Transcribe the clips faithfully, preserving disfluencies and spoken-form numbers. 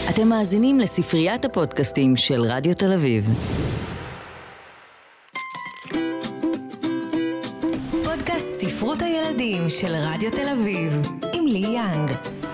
אתם מאזינים לספריית הפודקאסטים של רדיו תל אביב. פודקאסט ספרות הילדים של רדיו תל אביב, עם לי יאנג.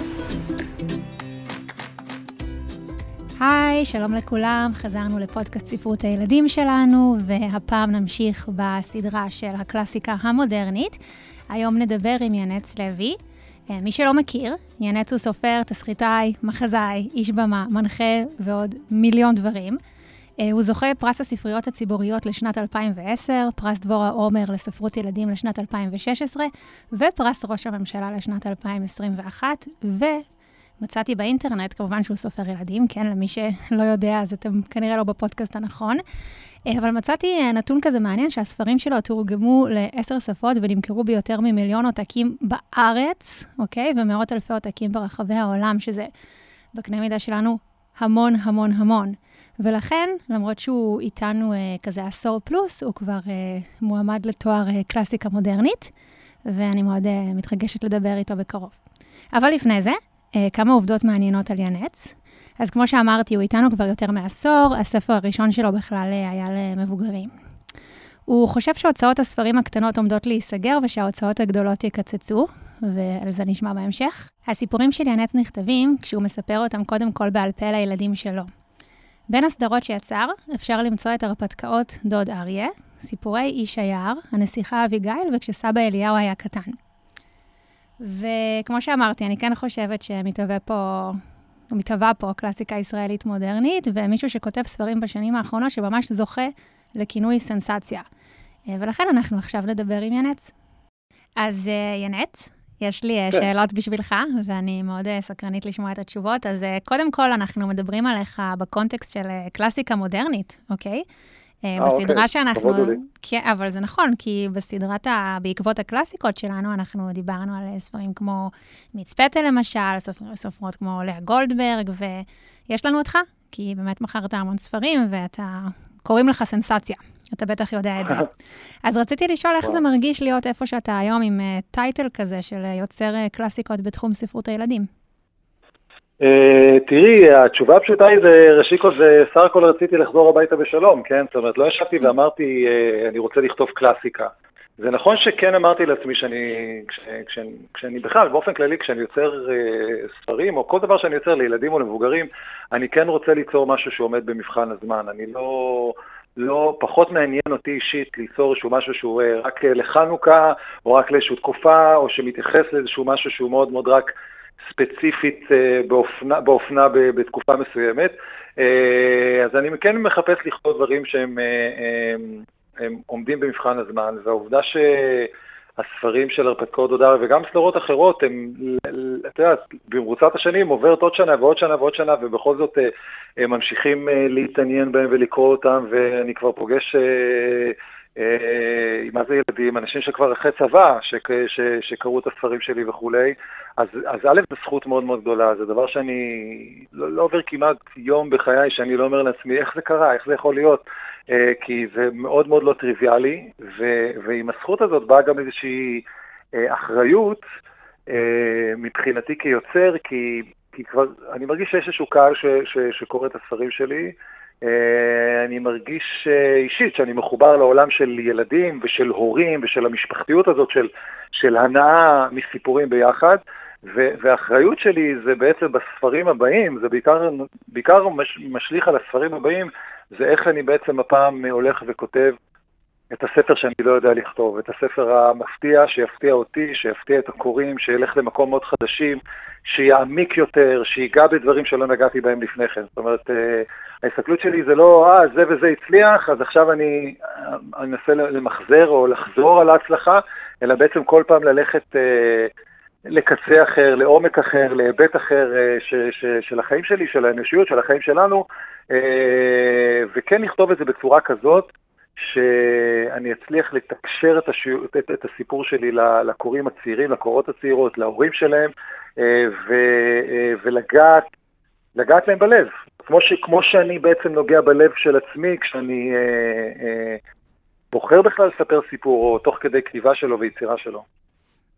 היי, שלום לכולם, חזרנו לפודקאסט ספרות הילדים שלנו, והפעם נמשיך בסדרה של הקלאסיקה המודרנית. היום נדבר עם ינץ לוי. מי שלא מכיר, ינץ הוא סופר, תסריטאי, מחזאי, איש במה, מנחה ועוד מיליון דברים. הוא זוכה פרס הספריות הציבוריות לשנת אלפיים ועשר, פרס דבורה עומר לספרות ילדים לשנת אלפיים ושש עשרה, ופרס ראש הממשלה לשנת אלפיים עשרים ואחת, ומצאתי באינטרנט, כמובן שהוא סופר ילדים, כן, למי שלא יודע, אז אתם כנראה לא בפודקאסט הנכון, אבל מצאתי נתון כזה מעניין שהספרים שלו תורגמו לעשר שפות ונמכרו ביותר ממיליון עותקים בארץ, אוקיי? ומאות אלפי עותקים ברחבי העולם, שזה בקנה מידה שלנו המון המון המון. ולכן, למרות שהוא איתנו אה, כזה עשור פלוס, הוא כבר אה, מועמד לתואר אה, קלאסיקה מודרנית, ואני מאוד אה, מתרגשת לדבר איתו בקרוב. אבל לפני זה, אה, כמה עובדות מעניינות על ינץ. אז כמו שאמרתי, הוא איתנו כבר יותר מעשור, הספר הראשון שלו בכלל היה למבוגרים. הוא חושב שהוצאות הספרים הקטנות עומדות להיסגר, ושההוצאות הגדולות יקצצו, ועל זה נשמע בהמשך. הסיפורים של ינץ נכתבים כשהוא מספר אותם קודם כל בעל פה לילדים שלו. בין הסדרות שיצר, אפשר למצוא את הרפתקאות דוד אריה, סיפורי איש היער, הנסיכה אביגיל, וכשסבא אליהו היה קטן. וכמו שאמרתי, אני כן חושבת שמתהווה פה... הוא מתהווה פה קלאסיקה ישראלית מודרנית, ומישהו שכותב ספרים בשנים האחרונות שממש זוכה לכינוי סנסציה. ולכן אנחנו עכשיו נדבר עם ינץ. אז ינץ, יש לי שאלות בשבילך, ואני מאוד סקרנית לשמוע את התשובות. אז קודם כל אנחנו מדברים עליך בקונטקסט של קלאסיקה מודרנית, אוקיי? בסדרה שאנחנו... אבל זה נכון, כי בסדרת ה... בעקבות הקלאסיקות שלנו, אנחנו דיברנו על ספרים כמו מיץ פטל למשל, סופרות כמו לאה גולדברג, ויש לנו אותך, כי באמת מכרת המון ספרים, ואתה... קוראים לך סנסציה. אתה בטח יודע את זה. אז רציתי לשאול איך זה מרגיש להיות איפה שאתה היום עם טייטל כזה של יוצר קלאסיקות בתחום ספרות הילדים. תראי, התשובה הפשוטה היא, ראשית כל זה, סך הכל רציתי לחזור הביתה בשלום, כן? זאת אומרת, לא ישבתי ואמרתי, אני רוצה לכתוב קלאסיקה. זה נכון שכן אמרתי לעצמי שאני, כשאני, כשאני בכלל, באופן כללי, כשאני יוצר ספרים, או כל דבר שאני יוצר לילדים או למבוגרים, אני כן רוצה ליצור משהו שעומד במבחן הזמן. אני לא... לא, פחות מעניין אותי אישית ליצור איזשהו משהו שהוא רק לחנוכה, או רק לאיזשהו תקופה, או שמתייחס לאיזשהו משהו שהוא מאוד מאוד רק ספציפית באופנה, באופנה בתקופה מסוימת. אז אני כן מחפש לכתוב דברים שהם הם, הם עומדים במבחן הזמן, והעובדה שהספרים של הרפתקאות דוד אריה וגם סדרות אחרות, הם, אתה יודע, במרוצת השנים עוברת עוד שנה ועוד שנה ועוד שנה, ובכל זאת הם ממשיכים להתעניין בהם ולקרוא אותם, ואני כבר פוגש... מה זה ילדים, אנשים שכבר אחרי צבא, שקראו את הספרים שלי וכולי, אז א' זה זכות מאוד מאוד גדולה, זה דבר שאני לא עובר כמעט יום בחיי שאני לא אומר לעצמי איך זה קרה, איך זה יכול להיות, כי זה מאוד מאוד לא טריוויאלי, ועם הזכות הזאת באה גם איזושהי אחריות מבחינתי כיוצר, כי כבר אני מרגיש שיש איזשהו קהל שקורא את הספרים שלי, אני מרגיש אישית שאני מחובר לעולם של ילדים ושל הורים ושל המשפחתיות הזאת של, של הנאה מסיפורים ביחד, והאחריות שלי זה בעצם בספרים הבאים, זה בעיקר, בעיקר מש, משליך על הספרים הבאים, זה איך אני בעצם הפעם הולך וכותב את הספר שאני לא יודע לכתוב, את הספר המפתיע שיפתיע אותי, שיפתיע את הקוראים, שילך למקום מאוד חדשים, שיעמיק יותר, שיגע בדברים שלא נגעתי בהם לפני כן. זאת אומרת, ההסתכלות שלי זה לא, אה, זה וזה הצליח, אז עכשיו אני אנסה למחזר או לחזור על ההצלחה, אלא בעצם כל פעם ללכת לקצה אחר, לעומק אחר, להיבט אחר ש, ש, של החיים שלי, של האנושיות, של החיים שלנו, וכן לכתוב את זה בצורה כזאת, שאני אצליח לתקשר את, השיעור, את, את הסיפור שלי לקוראים הצעירים, לקוראות הצעירות, להורים שלהם, ו, ולגעת לגעת להם בלב. כמו, ש, כמו שאני בעצם נוגע בלב של עצמי, כשאני אה, אה, בוחר בכלל לספר סיפור, או תוך כדי כתיבה שלו ויצירה שלו.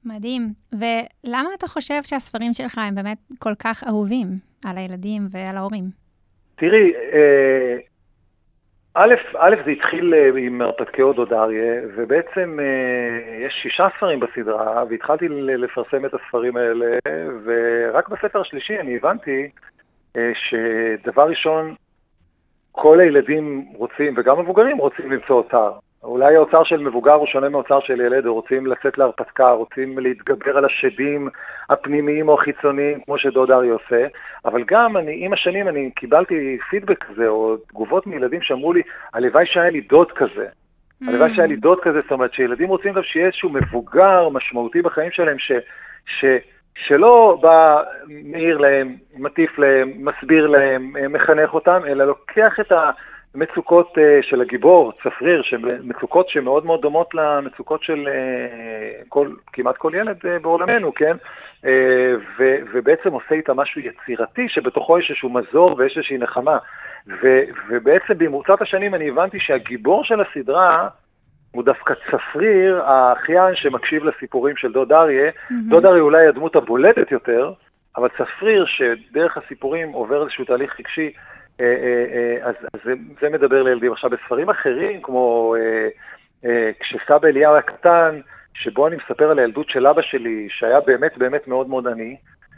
מדהים. ולמה אתה חושב שהספרים שלך הם באמת כל כך אהובים על הילדים ועל ההורים? תראי, אה, א', א', זה התחיל עם הרפתקי דוד אריה, ובעצם אה, יש שישה ספרים בסדרה, והתחלתי לפרסם את הספרים האלה, ורק בספר השלישי אני הבנתי אה, שדבר ראשון, כל הילדים רוצים, וגם מבוגרים רוצים למצוא אוצר. אולי האוצר של מבוגר הוא שונה מאוצר של ילד, רוצים לצאת להרפתקה, רוצים להתגבר על השדים הפנימיים או החיצוניים, כמו שדוד אריה עושה, אבל גם אני, עם השנים אני קיבלתי פידבק כזה, או תגובות מילדים שאמרו לי, הלוואי שהיה לי דוד כזה. Mm. הלוואי שהיה לי דוד כזה, זאת אומרת, שילדים רוצים גם שיהיה איזשהו מבוגר משמעותי בחיים שלהם, ש, ש, שלא בא מאיר להם, מטיף להם, מסביר להם, מחנך אותם, אלא לוקח את ה... מצוקות uh, של הגיבור, צפריר, מצוקות שמאוד מאוד דומות למצוקות של uh, כל, כמעט כל ילד uh, בעולמנו, כן? Uh, ו, ובעצם עושה איתה משהו יצירתי, שבתוכו יש איזשהו מזור ויש איזושהי נחמה. ו, ובעצם במרוצת השנים אני הבנתי שהגיבור של הסדרה הוא דווקא צפריר, האחיין שמקשיב לסיפורים של דוד אריה. Mm-hmm. דוד אריה אולי הדמות הבולטת יותר, אבל צפריר שדרך הסיפורים עובר איזשהו תהליך רגשי, אז, אז זה, זה מדבר לילדים. עכשיו, בספרים אחרים, כמו אה, אה, כשסבא אליהו היה קטן, שבו אני מספר על הילדות של אבא שלי, שהיה באמת באמת מאוד מאוד עני,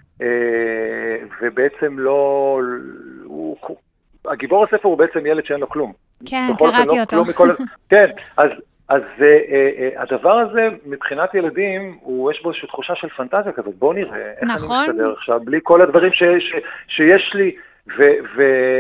אה, ובעצם לא... הוא, הגיבור הספר הוא בעצם ילד שאין לו כלום. כן, קראתי לא, אותו. כלום מכל... כן, אז, אז אה, אה, הדבר הזה, מבחינת ילדים, הוא, יש בו איזושהי תחושה של פנטזיה כזאת. בואו נראה איך נכון. אני מסתדר עכשיו, בלי כל הדברים ש, ש, שיש לי... ו, ו,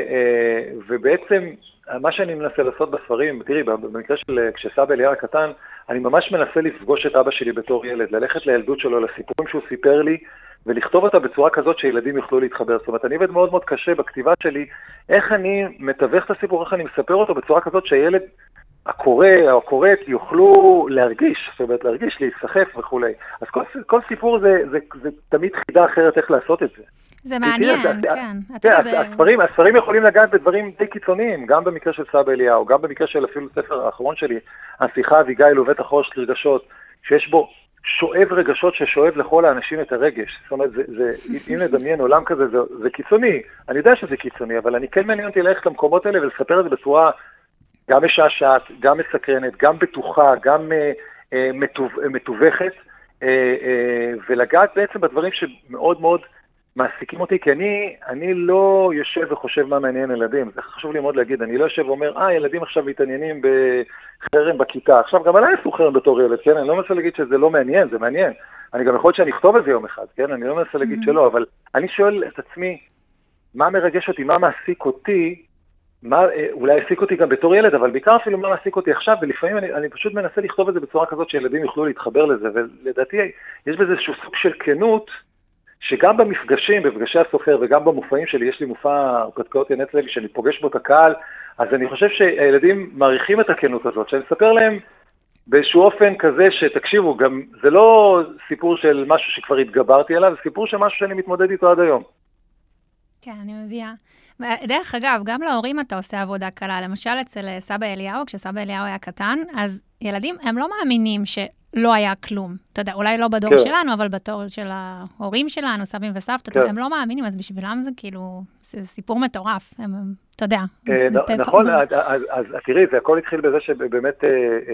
ובעצם מה שאני מנסה לעשות בספרים, תראי, במקרה של כשסבא אליהו הקטן, אני ממש מנסה לפגוש את אבא שלי בתור ילד, ללכת לילדות שלו, לסיפורים שהוא סיפר לי, ולכתוב אותה בצורה כזאת שילדים יוכלו להתחבר. זאת אומרת, אני עובד מאוד מאוד קשה בכתיבה שלי, איך אני מתווך את הסיפור, איך אני מספר אותו בצורה כזאת שהילד הקורא או הקוראת יוכלו להרגיש, זאת אומרת, להרגיש, להיסחף וכו'. אז כל, כל סיפור זה, זה, זה תמיד חידה אחרת איך לעשות את זה. זה מעניין, כן. הספרים יכולים לגעת בדברים די קיצוניים, גם במקרה של סבא אליהו, גם במקרה של אפילו ספר האחרון שלי, השיחה אביגיל ובית החורש לרגשות, שיש בו שואב רגשות ששואב לכל האנשים את הרגש. זאת אומרת, אם נדמיין עולם כזה, זה קיצוני. אני יודע שזה קיצוני, אבל אני כן מעניין אותי ללכת למקומות האלה ולספר את זה בצורה גם משעשעת, גם מסקרנת, גם בטוחה, גם מתווכת, ולגעת בעצם בדברים שמאוד מאוד מעסיקים אותי, כי אני, אני לא יושב וחושב מה מעניין ילדים. זה חשוב לי מאוד להגיד, אני לא יושב ואומר, אה, ילדים עכשיו מתעניינים בחרם בכיתה. עכשיו, גם עליי עשו חרם בתור ילד, כן? אני לא מנסה להגיד שזה לא מעניין, זה מעניין. אני גם יכול להיות שאני אכתוב את זה יום אחד, כן? אני לא מנסה להגיד שלא, אבל אני שואל את עצמי, מה מרגש אותי, מה מעסיק אותי, מה, אולי העסיק אותי גם בתור ילד, אבל בעיקר אפילו מה מעסיק אותי עכשיו, ולפעמים אני, אני פשוט מנסה לכתוב את זה בצורה כזאת שילדים יוכלו להתחבר לזה, ולדעתי יש בזה איזשהו סוג של כנות, שגם במפגשים, במפגשי הסופר וגם במופעים שלי, יש לי מופע הרפתקאות ינץ לוי שאני פוגש בו את הקהל, אז אני חושב שהילדים מעריכים את הכנות הזאת, שאני אספר להם באיזשהו אופן כזה שתקשיבו, גם זה לא סיפור של משהו שכבר התגברתי עליו, זה סיפור של משהו שאני מתמודד איתו עד היום. כן, אני מביאה. דרך אגב, גם להורים אתה עושה עבודה קלה. למשל, אצל סבא אליהו, כשסבא אליהו היה קטן, אז ילדים, הם לא מאמינים שלא היה כלום. אתה יודע, אולי לא בדור שלנו, אבל בתור של ההורים שלנו, סבים וסבתות, הם לא מאמינים, אז בשבילם זה כאילו, זה סיפור מטורף. אתה יודע. נכון, אז תראי, זה הכל התחיל בזה שבאמת,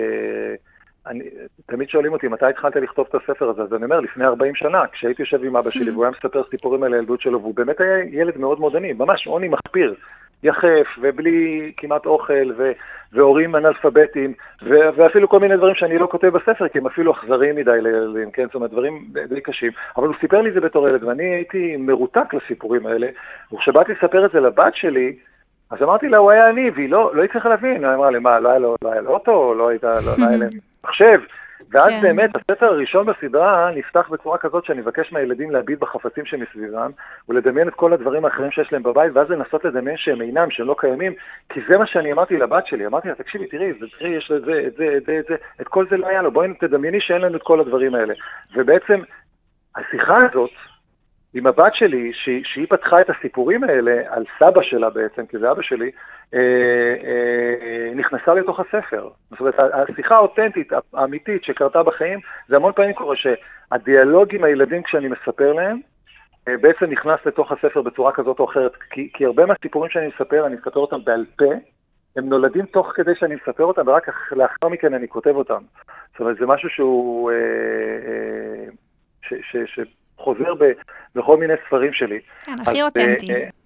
אני, תמיד שואלים אותי, מתי התחלת לכתוב את הספר הזה? אז אני אומר, לפני ארבעים שנה, כשהייתי יושב עם אבא שלי, והוא היה מספר סיפורים על הילדות שלו, והוא באמת היה ילד מאוד מאוד עני, ממש עוני מחפיר, יחף, ובלי כמעט אוכל, ו- והורים אנאלפביתים, ו- ואפילו כל מיני דברים שאני לא כותב בספר, כי הם אפילו אכזריים מדי לילדים, כן? זאת אומרת, דברים די קשים. אבל הוא סיפר לי זה בתור ילד, ואני הייתי מרותק לסיפורים האלה, וכשבאתי לספר את זה לבת שלי, אז אמרתי לה, הוא היה עני, והיא לא, לא הצליחה להבין. היא אמרה לי, מה, לא היה לו, לא היה לו אוטו, לא הייתה, לא, לא היה להם מחשב. ואז כן. באמת, הספר הראשון בסדרה נפתח בצורה כזאת שאני מבקש מהילדים להביט בחפצים שמסביבם, ולדמיין את כל הדברים האחרים שיש להם בבית, ואז לנסות לדמיין שהם אינם, שהם לא קיימים, כי זה מה שאני אמרתי לבת שלי. אמרתי לה, תקשיבי, תראי, תראי, יש את זה, את זה, את זה, את זה, את כל זה לא היה לו. בואי תדמייני שאין לנו את כל הדברים האלה. ובעצם, השיחה הזאת, עם הבת שלי, שהיא, שהיא פתחה את הסיפורים האלה על סבא שלה בעצם, כי זה אבא שלי, אה, אה, נכנסה לתוך הספר. זאת אומרת, השיחה האותנטית, האמיתית שקרתה בחיים, זה המון פעמים קורה שהדיאלוג עם הילדים כשאני מספר להם, אה, בעצם נכנס לתוך הספר בצורה כזאת או אחרת, כי, כי הרבה מהסיפורים שאני מספר, אני מספר אותם בעל פה, הם נולדים תוך כדי שאני מספר אותם, ורק לאחר מכן אני כותב אותם. זאת אומרת, זה משהו שהוא... אה, אה, ש, ש, ש, חוזר בכל מיני ספרים שלי. כן, הכי אותנטי.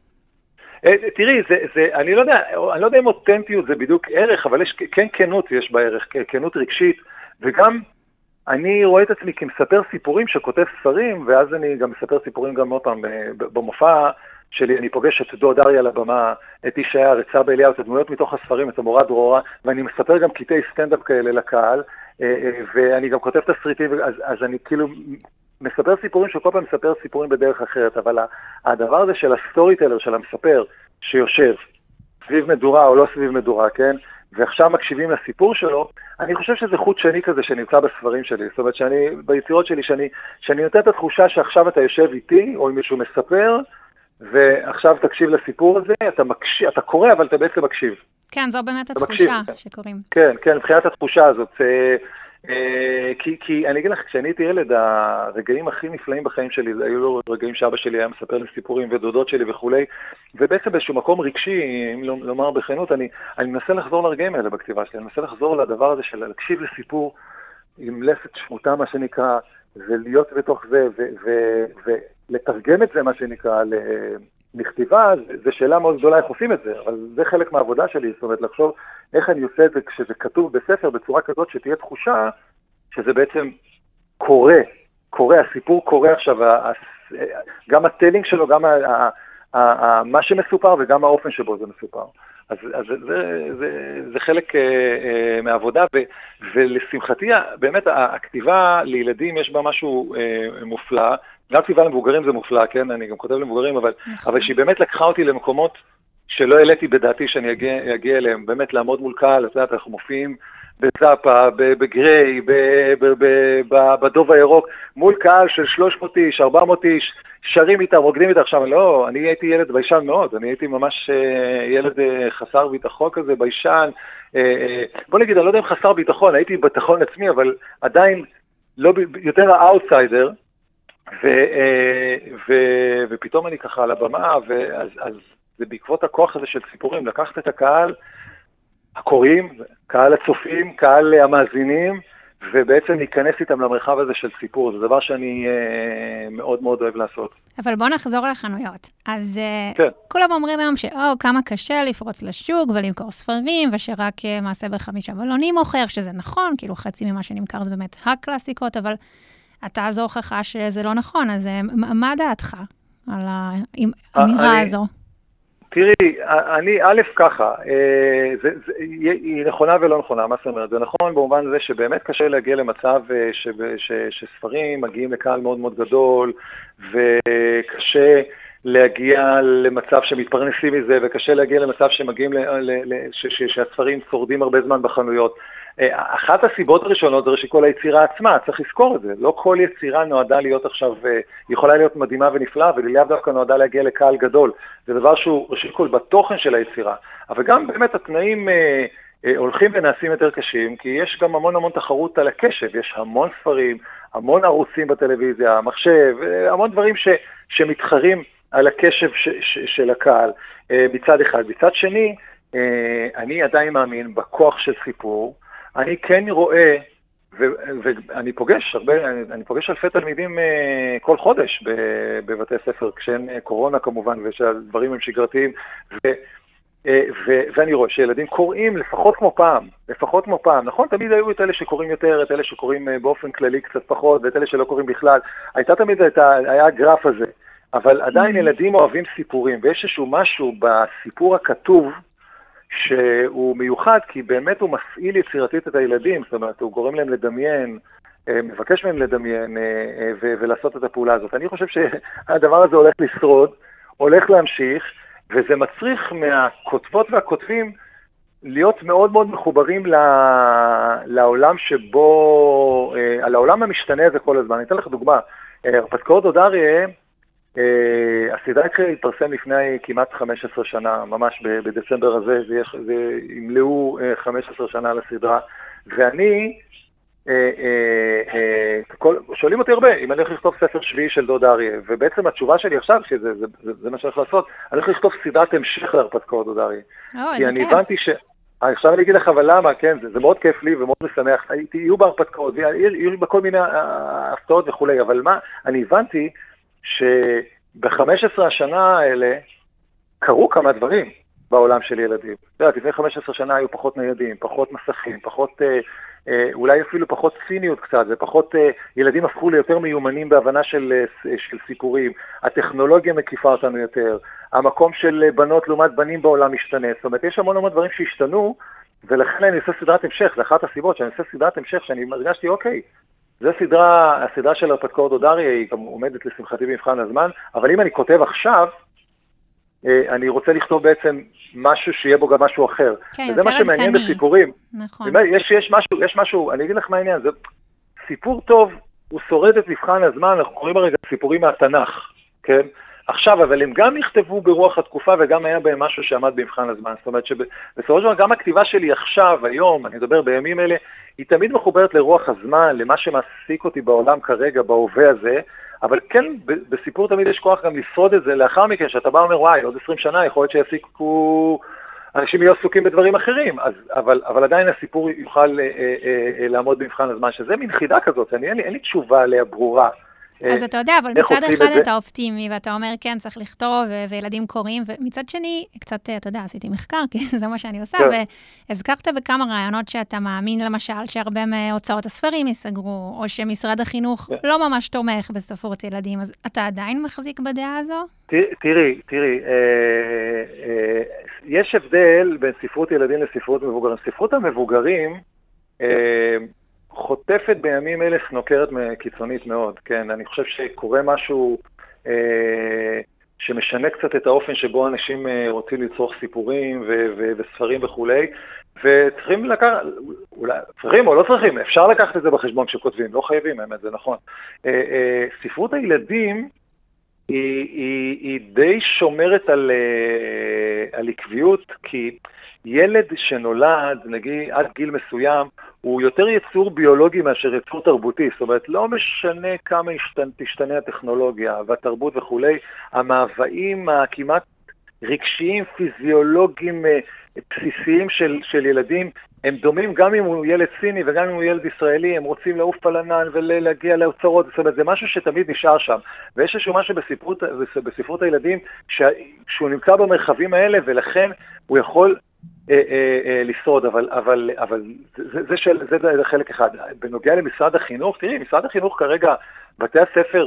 תראי, אני לא יודע, אני לא יודע אם אותנטיות זה בדיוק ערך, אבל יש, כן כנות יש בערך, כנות רגשית, וגם אני רואה את עצמי כמספר סיפורים שכותב ספרים, ואז אני גם מספר סיפורים גם עוד פעם, במופע שלי אני פוגש את דוד אריה על הבמה, את ישעיה, את סבא אליהו, את הדמויות מתוך הספרים, את המורה דרורה, ואני מספר גם קטעי סטנדאפ כאלה לקהל, ואני גם כותב תסריטים, אז, אז אני כאילו... מספר סיפורים שכל פעם מספר סיפורים בדרך אחרת, אבל הדבר הזה של הסטורי טלר, של המספר, שיושב סביב מדורה או לא סביב מדורה, כן? ועכשיו מקשיבים לסיפור שלו, אני חושב שזה חוט שני כזה שנמצא בספרים שלי. זאת אומרת שאני, ביצירות שלי, שאני, שאני נותן את התחושה שעכשיו אתה יושב איתי, או אם מישהו מספר, ועכשיו תקשיב לסיפור הזה, אתה מקשיב, אתה קורא, אבל אתה בעצם מקשיב. כן, זו באמת התחושה שקוראים. כן, כן, מבחינת התחושה הזאת, כי, כי אני אגיד לך, כשאני הייתי ילד, הרגעים הכי נפלאים בחיים שלי, היו לו רגעים שאבא שלי היה מספר לי סיפורים ודודות שלי וכולי, ובעצם באיזשהו מקום רגשי, אם לומר בכנות, אני, אני מנסה לחזור לרגעים האלה בכתיבה שלי, אני מנסה לחזור לדבר הזה של להקשיב לסיפור עם לסת שמותה, מה שנקרא, ולהיות בתוך זה, ו, ו, ולתרגם את זה, מה שנקרא, לכתיבה, זה שאלה מאוד גדולה איך עושים את זה, אבל זה חלק מהעבודה שלי, זאת אומרת, לחשוב איך אני עושה את זה כשזה כתוב בספר בצורה כזאת שתהיה תחושה שזה בעצם קורה, קורה, הסיפור קורה עכשיו, גם הטלינג שלו, גם מה שמסופר וגם האופן שבו זה מסופר. אז, אז זה, זה, זה חלק uh, מהעבודה, ו, ולשמחתי, באמת, הכתיבה לילדים יש בה משהו uh, מופלא, גם כתיבה למבוגרים זה מופלא, כן? אני גם כותב למבוגרים, אבל, אבל שהיא באמת לקחה אותי למקומות שלא העליתי בדעתי שאני אגיע, אגיע אליהם, באמת לעמוד מול קהל, את יודעת, אנחנו מופיעים בזאפה, בגריי, בדוב הירוק, מול קהל של שלוש מאות איש, ארבע מאות איש, שרים איתם, רוקדים איתם. עכשיו, לא, אני הייתי ילד ביישן מאוד, אני הייתי ממש ילד חסר ביטחון כזה, ביישן. בוא נגיד, אני לא יודע אם חסר ביטחון, הייתי ביטחון עצמי, אבל עדיין לא, יותר האוטסיידר, ו, ו, ופתאום אני ככה על הבמה, ואז, אז זה בעקבות הכוח הזה של סיפורים, לקחת את הקהל הקוראים, קהל הצופים, קהל המאזינים, ובעצם להיכנס איתם למרחב הזה של סיפור. זה דבר שאני אה, מאוד מאוד אוהב לעשות. אבל בואו נחזור לחנויות. אז כן. כולם אומרים היום שאו, כמה קשה לפרוץ לשוק ולמכור ספרים, ושרק מעשה בחמישה בלונים מוכר, שזה נכון, כאילו חצי ממה שנמכר זה באמת הקלאסיקות, אבל אתה זו הוכחה שזה לא נכון, אז מה דעתך על האמירה הזו? תראי, אני, א' ככה, זה, זה, היא נכונה ולא נכונה, מה זאת אומרת? זה נכון במובן זה שבאמת קשה להגיע למצב ש, ש, שספרים מגיעים לקהל מאוד מאוד גדול, וקשה להגיע למצב שמתפרנסים מזה, וקשה להגיע למצב שמגיעים, ל, ל, ל, ש, ש, שהספרים שורדים הרבה זמן בחנויות. אחת הסיבות הראשונות זה שכל היצירה עצמה, צריך לזכור את זה, לא כל יצירה נועדה להיות עכשיו, יכולה להיות מדהימה ונפלאה, ולאו דווקא נועדה להגיע לקהל גדול, זה דבר שהוא ראשית כל בתוכן של היצירה, אבל גם באמת התנאים אה, אה, הולכים ונעשים יותר קשים, כי יש גם המון המון תחרות על הקשב, יש המון ספרים, המון ערוצים בטלוויזיה, מחשב, המון דברים ש, שמתחרים על הקשב ש, ש, של הקהל, אה, מצד אחד. מצד שני, אה, אני עדיין מאמין בכוח של סיפור, אני כן רואה, ואני פוגש הרבה, אני פוגש אלפי תלמידים כל חודש בבתי ספר, כשאין קורונה כמובן, ושהדברים הם שגרתיים, ואני רואה שילדים קוראים לפחות כמו פעם, לפחות כמו פעם, נכון? תמיד היו את אלה שקוראים יותר, את אלה שקוראים באופן כללי קצת פחות, ואת אלה שלא קוראים בכלל. הייתה תמיד, היה הגרף הזה, אבל עדיין ילדים אוהבים סיפורים, ויש איזשהו משהו בסיפור הכתוב, שהוא מיוחד, כי באמת הוא מפעיל יצירתית את הילדים, זאת אומרת, הוא גורם להם לדמיין, מבקש מהם לדמיין ו- ולעשות את הפעולה הזאת. אני חושב שהדבר הזה הולך לשרוד, הולך להמשיך, וזה מצריך מהכותבות והכותבים להיות מאוד מאוד מחוברים לעולם שבו, על העולם המשתנה הזה כל הזמן. אני אתן לך דוגמה, הרפתקאות דוד אריה, הסדרה התחילה להתפרסם לפני כמעט חמש עשרה שנה, ממש בדצמבר הזה, זה ימלאו חמש עשרה שנה לסדרה, ואני, שואלים אותי הרבה, אם אני הולך לכתוב ספר שביעי של דוד אריה, ובעצם התשובה שלי עכשיו, שזה מה שאני הולך לעשות, אני הולך לכתוב סדרת המשך להרפתקאות דוד אריה. כי אני הבנתי ש... עכשיו אני אגיד לך, אבל למה, כן, זה, זה מאוד כיף לי ומאוד משמח, יהיו בהרפתקאות, יהיו בכל מיני הפתעות וכולי, אבל מה, אני הבנתי שב-חמש עשרה השנה האלה קרו כמה דברים בעולם של ילדים. אתה יודע, לפני חמש עשרה שנה היו פחות ניידים, פחות מסכים, פחות, אה, אה, אולי אפילו פחות ציניות קצת, ופחות אה, ילדים הפכו ליותר מיומנים בהבנה של, של סיפורים, הטכנולוגיה מקיפה אותנו יותר, המקום של בנות לעומת בנים בעולם משתנה, זאת אומרת, יש המון המון דברים שהשתנו, ולכן אני עושה סדרת המשך, זה אחת הסיבות שאני עושה סדרת המשך, שאני מרגשתי, אוקיי, זו סדרה, הסדרה של הרפתקאות דוד אריה, היא גם עומדת לשמחתי במבחן הזמן, אבל אם אני כותב עכשיו, אני רוצה לכתוב בעצם משהו שיהיה בו גם משהו אחר. כן, וזה מה שמעניין בסיפורים. נכון. יש, יש משהו, יש משהו, אני אגיד לך מה העניין, זה סיפור טוב, הוא שורד את מבחן הזמן, אנחנו קוראים הרגע סיפורים מהתנ"ך, כן? עכשיו, אבל הם גם נכתבו ברוח התקופה, וגם היה בהם משהו שעמד במבחן הזמן. זאת אומרת שבסופו של דבר, גם הכתיבה שלי עכשיו, היום, אני מדבר בימים אלה, היא תמיד מחוברת לרוח הזמן, למה שמעסיק אותי בעולם כרגע, בהווה הזה, אבל כן, בסיפור תמיד יש כוח גם לשרוד את זה לאחר מכן, שאתה בא ואומר, וואי, עוד עשרים שנה, יכול להיות שיעסיקו, אנשים יהיו עסוקים בדברים אחרים, אז, אבל, אבל עדיין הסיפור יוכל אה, אה, אה, לעמוד במבחן הזמן, שזה מין חידה כזאת, אני, אין לי, אין לי תשובה עליה ברורה. אז אתה יודע, אבל מצד אחד אתה אופטימי, ואתה אומר, כן, צריך לכתוב, וילדים קוראים, ומצד שני, קצת, אתה יודע, עשיתי מחקר, כי זה מה שאני עושה, והזכרת בכמה רעיונות שאתה מאמין, למשל, שהרבה מהוצאות הספרים ייסגרו, או שמשרד החינוך לא ממש תומך בספרות ילדים, אז אתה עדיין מחזיק בדעה הזו? תראי, תראי, יש הבדל בין ספרות ילדים לספרות מבוגרים. ספרות המבוגרים, חוטפת בימים אלה סנוקרת קיצונית מאוד, כן, אני חושב שקורה משהו אה, שמשנה קצת את האופן שבו אנשים אה, רוצים לצרוך סיפורים ו- ו- וספרים וכולי, וצריכים לקחת, אולי צריכים או לא צריכים, אפשר לקחת את זה בחשבון כשכותבים, לא חייבים, האמת, זה נכון. אה, אה, ספרות הילדים היא, היא, היא די שומרת על, אה, על עקביות, כי ילד שנולד, נגיד, עד גיל מסוים, הוא יותר יצור ביולוגי מאשר יצור תרבותי, זאת אומרת, לא משנה כמה תשתנה הטכנולוגיה והתרבות וכולי, המאוויים הכמעט רגשיים, פיזיולוגיים, בסיסיים של, של ילדים, הם דומים גם אם הוא ילד סיני וגם אם הוא ילד ישראלי, הם רוצים לעוף על ענן ולהגיע לאוצרות, זאת אומרת, זה משהו שתמיד נשאר שם. ויש איזשהו משהו בספרות, בספרות הילדים, שהוא נמצא במרחבים האלה, ולכן הוא יכול אה, אה, אה, לשרוד, אבל, אבל, אבל זה, זה, של, זה, זה חלק אחד. בנוגע למשרד החינוך, תראי, משרד החינוך כרגע, בתי הספר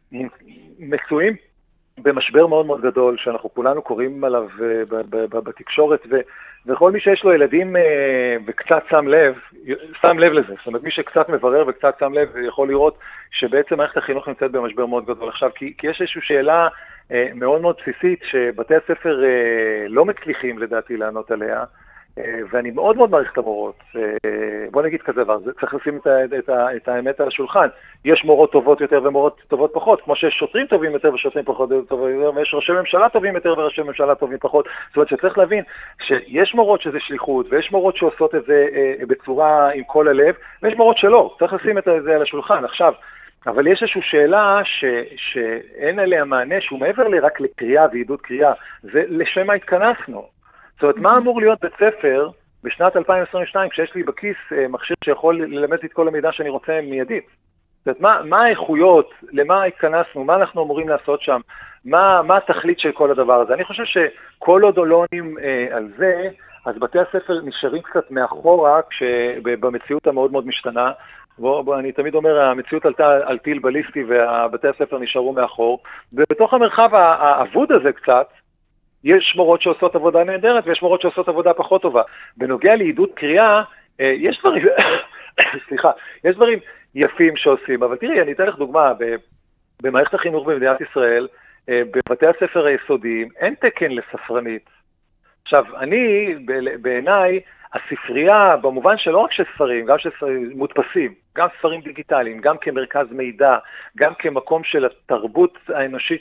מצויים במשבר מאוד מאוד גדול, שאנחנו כולנו קוראים עליו בתקשורת, וכל מי שיש לו ילדים וקצת שם לב, שם לב לזה. זאת אומרת, מי שקצת מברר וקצת שם לב, יכול לראות שבעצם מערכת החינוך נמצאת במשבר מאוד גדול. עכשיו, כי, כי יש איזושהי שאלה מאוד מאוד בסיסית, שבתי הספר לא מצליחים לדעתי לענות עליה, ואני מאוד מאוד מעריך את המורות. בוא נגיד כזה דבר, צריך לשים את, את, את האמת על השולחן. יש מורות טובות יותר ומורות טובות פחות, כמו שיש שוטרים טובים יותר ושוטרים פחות טובים יותר, ויש ראשי ממשלה טובים יותר וראשי ממשלה טובים פחות. זאת אומרת שצריך להבין שיש מורות שזה שליחות, ויש מורות שעושות את זה בצורה עם כל הלב, ויש מורות שלא. צריך לשים את זה על השולחן. עכשיו, אבל יש איזושהי שאלה ש, שאין עליה מענה, שהוא מעבר לרק לקריאה ועידוד קריאה, זה לשם מה התכנסנו. זאת אומרת, מה אמור להיות בית ספר בשנת אלפיים עשרים ושתיים, כשיש לי בכיס מכשיר שיכול ללמד את כל המידע שאני רוצה מיידית? זאת אומרת, מה, מה האיכויות, למה התכנסנו, מה אנחנו אמורים לעשות שם, מה, מה התכלית של כל הדבר הזה? אני חושב שכל עוד לא עונים אה, על זה, אז בתי הספר נשארים קצת מאחורה, במציאות המאוד מאוד משתנה. בוא, בוא, אני תמיד אומר, המציאות עלתה על טיל בליסטי, והבתי הספר נשארו מאחור. ובתוך המרחב העבוד הזה קצת, יש מורות שעושות עבודה נהדרת, ויש מורות שעושות עבודה פחות טובה. בנוגע לעידוד קריאה, יש דברים, סליחה, יש דברים יפים שעושים, אבל תראי, אני אתן לך דוגמה, במערכת החינוך במדינת ישראל, בבתי הספר היסודיים, אין תקן לספרנית. עכשיו, אני, בעיניי, הספרייה, במובן שלא רק של ספרים, גם של ספרים מודפסים, גם ספרים דיגיטליים, גם כמרכז מידע, גם כמקום של התרבות האנושית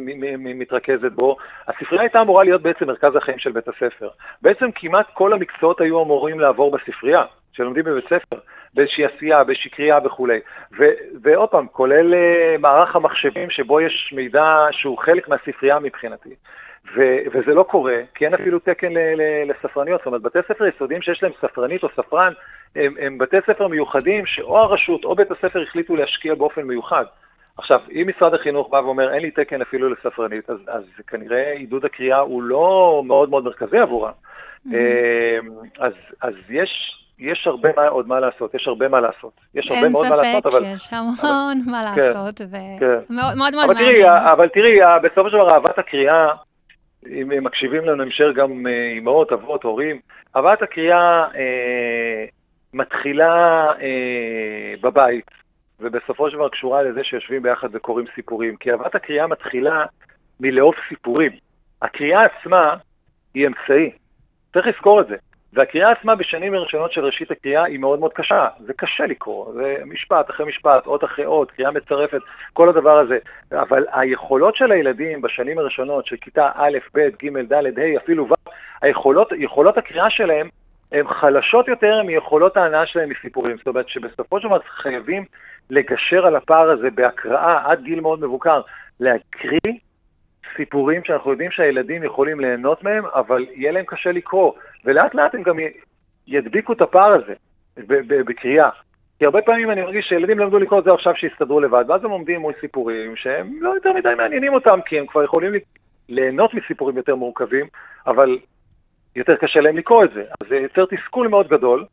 שמתרכזת בו, הספרייה הייתה אמורה להיות בעצם מרכז החיים של בית הספר. בעצם כמעט כל המקצועות היו אמורים לעבור בספרייה, שלומדים בבית ספר, באיזושהי עשייה, באיזושהי קריאה וכולי. ועוד פעם, כולל מערך המחשבים שבו יש מידע שהוא חלק מהספרייה מבחינתי. ו- וזה לא קורה, כי אין אפילו תקן ל- ל- לספרניות. זאת אומרת, בתי ספר יסודיים שיש להם ספרנית או ספרן, הם, הם בתי ספר מיוחדים שאו הרשות או בית הספר החליטו להשקיע באופן מיוחד. עכשיו, אם משרד החינוך בא ואומר, אין לי תקן אפילו לספרנית, אז, אז כנראה עידוד הקריאה הוא לא מאוד מאוד מרכזי עבורה. Mm-hmm. אז, אז יש... יש הרבה מה, עוד מה לעשות, יש הרבה מה לעשות. יש הרבה מאוד מה לעשות, אבל... אין ספק שיש המון מה לעשות, ומאוד מאוד מעניין. תראי, אבל תראי, בסופו של דבר, אהבת הקריאה, אם הם מקשיבים לנו, נמשר גם אמהות, אבות, הורים, אהבת הקריאה אה, מתחילה אה, בבית, ובסופו של דבר קשורה לזה שיושבים ביחד וקוראים סיפורים, כי אהבת הקריאה מתחילה מלאהוב סיפורים. הקריאה עצמה היא אמצעי, צריך לזכור את זה. והקריאה עצמה בשנים הראשונות של ראשית הקריאה היא מאוד מאוד קשה. זה קשה לקרוא, זה משפט אחרי משפט, אות אחרי אות, קריאה מצרפת, כל הדבר הזה. אבל היכולות של הילדים בשנים הראשונות של כיתה א', ב', ג', ד', ה', אפילו ו', היכולות, יכולות הקריאה שלהם הן חלשות יותר מיכולות ההנאה שלהם מסיפורים. זאת אומרת שבסופו של דבר חייבים לגשר על הפער הזה בהקראה עד גיל מאוד מבוקר, להקריא סיפורים שאנחנו יודעים שהילדים יכולים ליהנות מהם, אבל יהיה להם קשה לקרוא. ולאט לאט הם גם ידביקו את הפער הזה בקריאה. כי הרבה פעמים אני מרגיש שילדים למדו לקרוא את זה עכשיו שיסתדרו לבד, ואז הם עומדים מול סיפורים שהם לא יותר מדי מעניינים אותם, כי הם כבר יכולים ליהנות מסיפורים יותר מורכבים, אבל יותר קשה להם לקרוא את זה. אז זה יוצר תסכול מאוד גדול,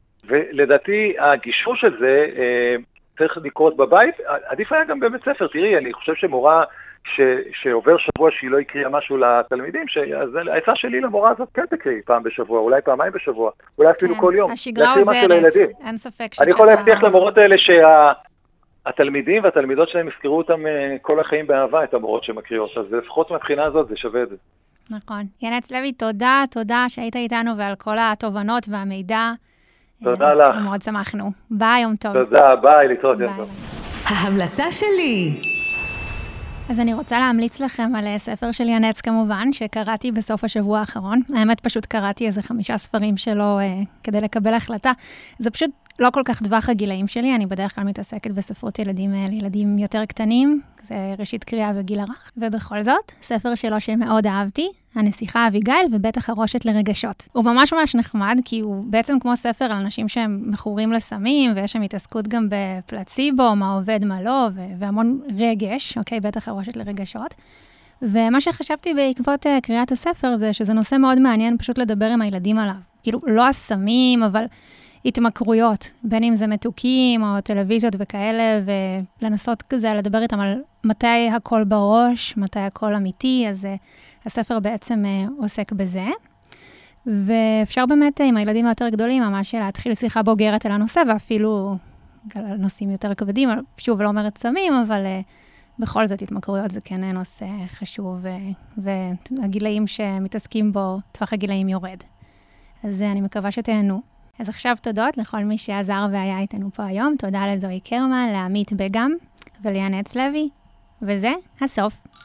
ולדעתי הגישור של זה צריך לקרות בבית, עדיף היה גם בבית ספר. תראי, אני חושב שמורה ש, שעובר שבוע שהיא לא יקריאה משהו לתלמידים, אז העצה שלי למורה הזאת כן תקריאי פעם בשבוע, אולי פעמיים בשבוע, אולי אפילו כן, כל יום. השגרה עוזרת, אין ספק. אני יכול להבטיח למורות האלה שהתלמידים שה, והתלמידות שלהם יזכרו אותם כל החיים באהבה, את המורות שמקריאות, אז לפחות מבחינה הזאת זה שווה את זה. נכון. ינץ לוי, תודה, תודה שהיית איתנו ועל כל התובנות והמידע. תודה לך. מאוד שמחנו. ביי, יום טוב. תודה, ביי, להתראות יום טוב. ההמלצה שלי. אז אני רוצה להמליץ לכם על ספר של ינץ כמובן, שקראתי בסוף השבוע האחרון. האמת פשוט קראתי איזה חמישה ספרים שלו אה, כדי לקבל החלטה. זה פשוט לא כל כך טווח הגילאים שלי, אני בדרך כלל מתעסקת בספרות ילדים לילדים יותר קטנים, זה ראשית קריאה וגיל הרך. ובכל זאת, ספר שלו שמאוד אהבתי, הנסיכה אביגיל ובית החרושת לרגשות. הוא ממש ממש נחמד, כי הוא בעצם כמו ספר על אנשים שהם מכורים לסמים, ויש שם התעסקות גם בפלציבו, מה עובד, מה לא, והמון רגש, אוקיי, בית החרושת לרגשות. ומה שחשבתי בעקבות קריאת הספר זה שזה נושא מאוד מעניין פשוט לדבר עם הילדים עליו. כאילו, לא הסמים, אבל התמכרויות, בין אם זה מתוקים או טלוויזיות וכאלה, ולנסות כזה לדבר איתם על מתי הכל בראש, מתי הכל אמיתי, אז הספר בעצם עוסק בזה. ואפשר באמת עם הילדים היותר גדולים ממש להתחיל שיחה בוגרת על הנושא, ואפילו על נושאים יותר כבדים, שוב לא אומרת סמים, אבל בכל זאת התמכרויות זה כן נושא חשוב, והגילאים שמתעסקים בו, טווח הגילאים יורד. אז אני מקווה שתהנו. אז עכשיו תודות לכל מי שעזר והיה איתנו פה היום. תודה לזוהי קרמן, לעמית בגם ולינץ לוי. וזה הסוף.